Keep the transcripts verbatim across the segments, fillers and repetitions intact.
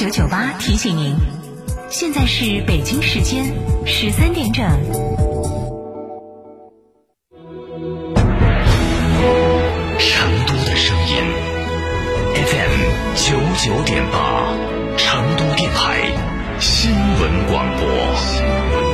九九八提醒您，现在是北京时间十三点整。 成都的声音 F M 九九点八，成都电台新闻广播。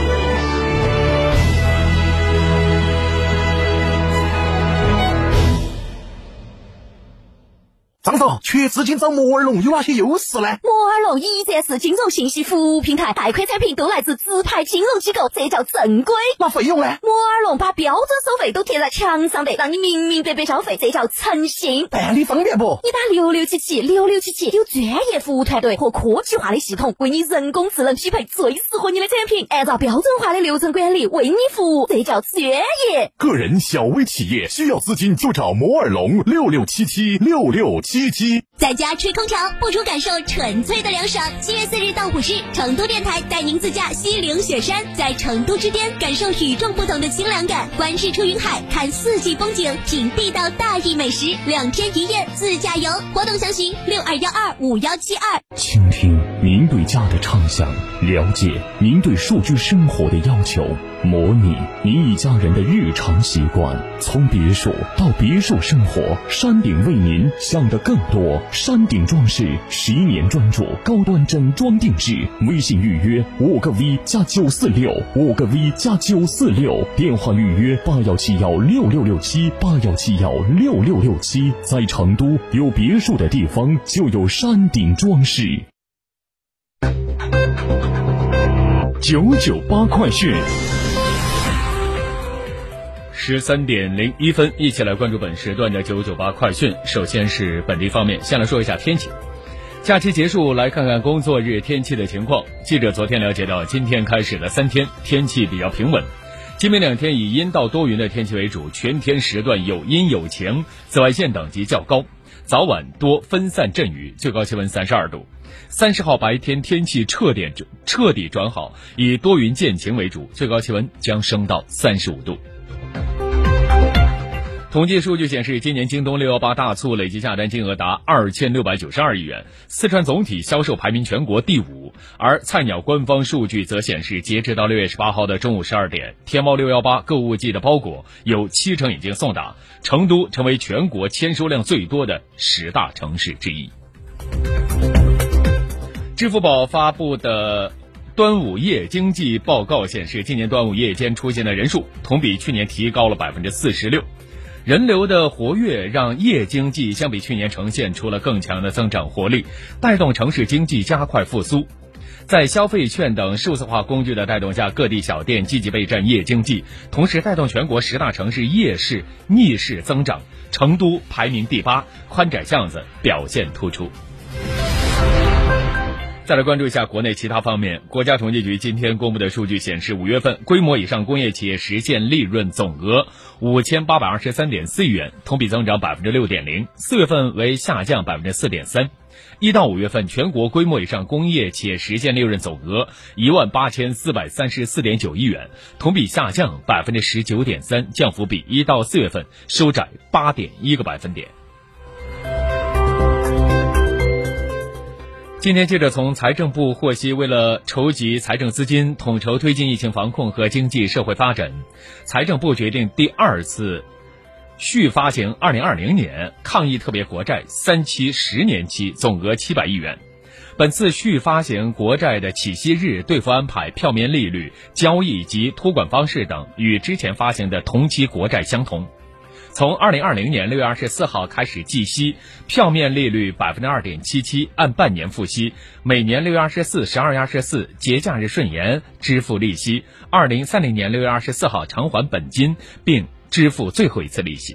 张总，缺资金找摩尔龙有哪些优势呢？ 摩尔龙一站式金融信息服务平台，贷款产品都来自直牌金融机构，这叫正规。 那费用呢？ 摩尔龙把标准收费都贴在墙上的，让你明明白白消费，这叫诚信。 办理方便不？ 你打六六七七六六七七，有专业服务团队和科技化的系统，为你人工智能匹配最适合你的产品，按照标准化的流程管理为你服务，这叫专业。 个人小微企业需要资金就找摩尔龙六六七七六六七七。 在家吹空调不如感受纯粹的凉爽。七月四日到五日，成都电台带您自驾西岭雪山，在成都之巅感受与众不同的清凉感，观日出云海，看四季风景，品地道大邑美食，两天一夜自驾游。活动详询六二幺二五幺七二。 倾听您对家的畅想，了解您对数据生活的要求，模拟您一家人的日常习惯。从别墅到别墅生活，山顶为您想得更多。山顶装饰十年专注高端整装定制，微信预约五个 V 加九四六，五个 V 加九四六，电话预约八幺七幺六六六七，八幺七幺六六六七。在成都有别墅的地方就有山顶装饰。九九八快讯。 十三点零一分，一起来关注本时段的九九八快讯。首先是本地方面，先来说一下天气。假期结束，来看看工作日天气的情况。记者昨天了解到，今天开始的三天天气比较平稳。今明两天以阴到多云的天气为主，全天时段有阴有晴，紫外线等级较高，早晚多分散阵雨，最高气温三十二度。三十号白天天气彻底彻底转好，以多云见晴为主，最高气温将升到三十五度。统计数据显示，今年京东六一八大促累计下单金额达二千六百九十二亿元，四川总体销售排名全国第五。而菜鸟官方数据则显示，截止到六月十八号的中午十二点，天猫六一八购物季的包裹有七成已经送达，成都成为全国签收量最多的十大城市之一。支付宝发布的端午夜经济报告显示，今年端午夜间出现的人数同比去年提高了 百分之四十六。人流的活跃让夜经济相比去年呈现出了更强的增长活力，带动城市经济加快复苏。在消费券等数字化工具的带动下，各地小店积极备战夜经济，同时带动全国十大城市夜市逆势增长，成都排名第八，宽窄巷子表现突出。再来关注一下国内其他方面。国家统计局今天公布的数据显示，五月份规模以上工业企业实现利润总额五千八百二十三点四亿元，同比增长百分之六点零，四月份为下降百分之四点三。一到五月份，全国规模以上工业企业实现利润总额一万八千四百三十四点九亿元，同比下降百分之十九点三，降幅比一到四月份收窄八点一个百分点。今天记者从财政部获悉，为了筹集财政资金，统筹推进疫情防控和经济社会发展，财政部决定第二次续发行二零二零年抗疫特别国债三期十年期，总额七百亿元。本次续发行国债的起息日、兑付安排、票面利率、交易及托管方式等与之前发行的同期国债相同。从二零二零年六月二十四号开始计息，票面利率 百分之二点七七， 按半年付息，每年六月二十四、十二月二十四节假日顺延支付利息，二零三零年六月二十四号偿还本金并支付最后一次利息。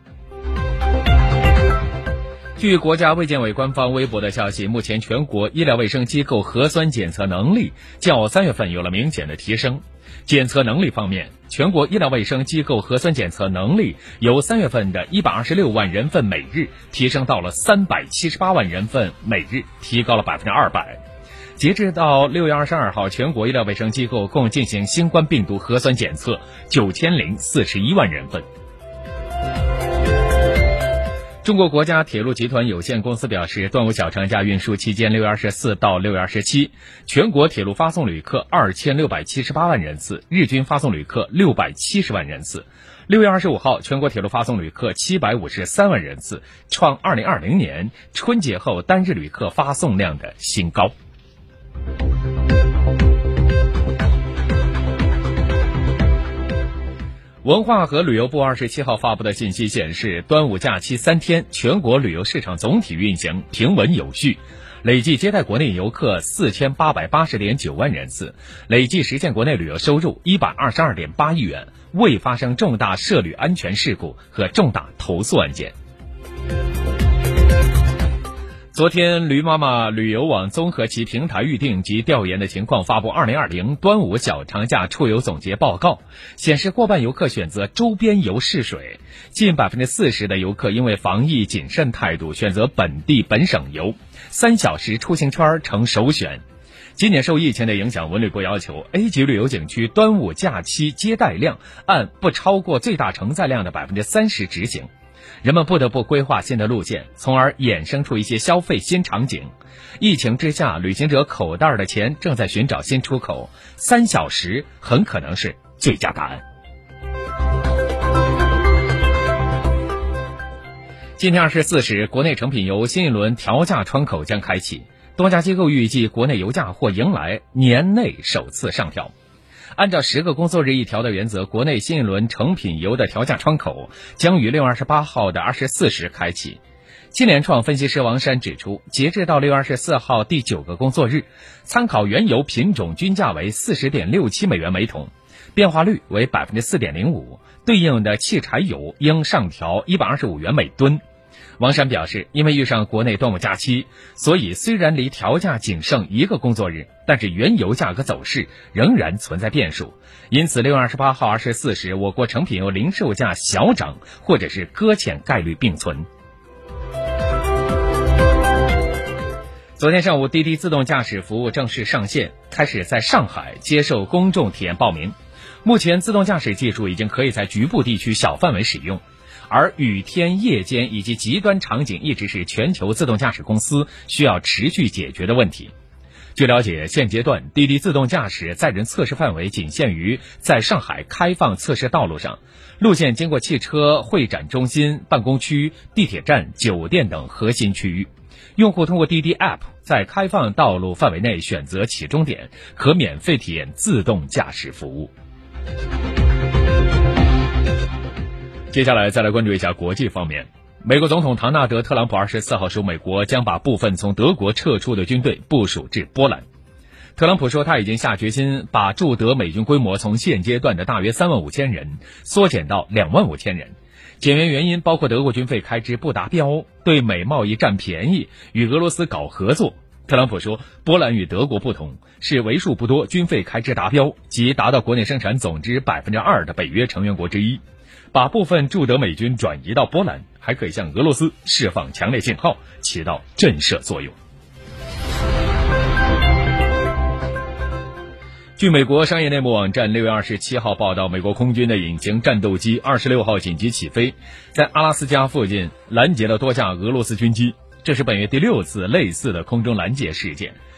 据国家卫健委官方微博的消息，目前全国医疗卫生机构核酸检测能力较三月份有了明显的提升。检测能力方面，全国医疗卫生机构核酸检测能力由三月份的一百二十六万人份每日提升到了三百七十八万人份每日，提高了 百分之二百。截至到六月二十二号，全国医疗卫生机构共进行新冠病毒核酸检测九千零四十一万人份。 中国国家铁路集团有限公司表示，端午小长假运输期间六月二十四到六月二十七，全国铁路发送旅客二千六百七十八万人次，日均发送旅客六百七十万人次。六月二十五号，全国铁路发送旅客七百五十三万人次，创二零二零年春节后单日旅客发送量的新高。文化和旅游部二十七号发布的信息显示，端午假期三天，全国旅游市场总体运行平稳有序，累计接待国内游客四千八百八十点九万人次，累计实现国内旅游收入一百二十二点八亿元，未发生重大涉旅安全事故和重大投诉案件。昨天，驴妈妈旅游网综合其平台预订及调研的情况发布二零二零端午小长假出游总结报告，显示过半游客选择周边游试水，近百分之四十的游客因为防疫谨慎态度选择本地本省游，三小时出行圈成首选。今年受疫情的影响，文旅部要求 A 级旅游景区端午假期接待量按不超过最大承载量的百分之三十执行。人们不得不规划新的路线，从而衍生出一些消费新场景。疫情之下，旅行者口袋的钱正在寻找新出口，三小时很可能是最佳答案。今天二十四时，国内成品油新一轮调价窗口将开启，多家机构预计国内油价或迎来年内首次上调。按照十个工作日一调的原则，国内新一轮成品油的调价窗口将于六月二十八号的二十四时开启。金联创分析师王山指出，截至到六月二十四号第九个工作日，参考原油品种均价为 四十点六七美元每桶，变化率为 百分之四点零五， 对应的汽柴油应上调一百二十五元每吨。王山表示，因为遇上国内端午假期，所以虽然离调价仅剩一个工作日，但是原油价格走势仍然存在变数，因此六月二十八号二十四时，我国成品油零售价小涨或者是搁浅概率并存。昨天上午，滴滴自动驾驶服务正式上线，开始在上海接受公众体验报名。目前自动驾驶技术已经可以在局部地区小范围使用，而雨天、夜间以及极端场景一直是全球自动驾驶公司需要持续解决的问题。据了解，现阶段滴滴自动驾驶载人测试范围仅限于在上海开放测试道路上，路线经过汽车会展中心、办公区、地铁站、酒店等核心区域。用户通过滴滴 App 在开放道路范围内选择起终点，可免费体验自动驾驶服务。接下来再来关注一下国际方面。美国总统唐纳德·特朗普二十四号说，美国将把部分从德国撤出的军队部署至波兰。特朗普说，他已经下决心把驻德美军规模从现阶段的大约三万五千人缩减到两万五千人。减员原因包括德国军费开支不达标、对美贸易占便宜、与俄罗斯搞合作。特朗普说，波兰与德国不同，是为数不多军费开支达标及达到国内生产总值 百分之二 的北约成员国之一。把部分驻德美军转移到波兰，还可以向俄罗斯释放强烈信号，起到震慑作用。据美国商业内幕网站六月二十七号报道，美国空军的隐形战斗机二十六号紧急起飞，在阿拉斯加附近拦截了多架俄罗斯军机，这是本月第六次类似的空中拦截事件。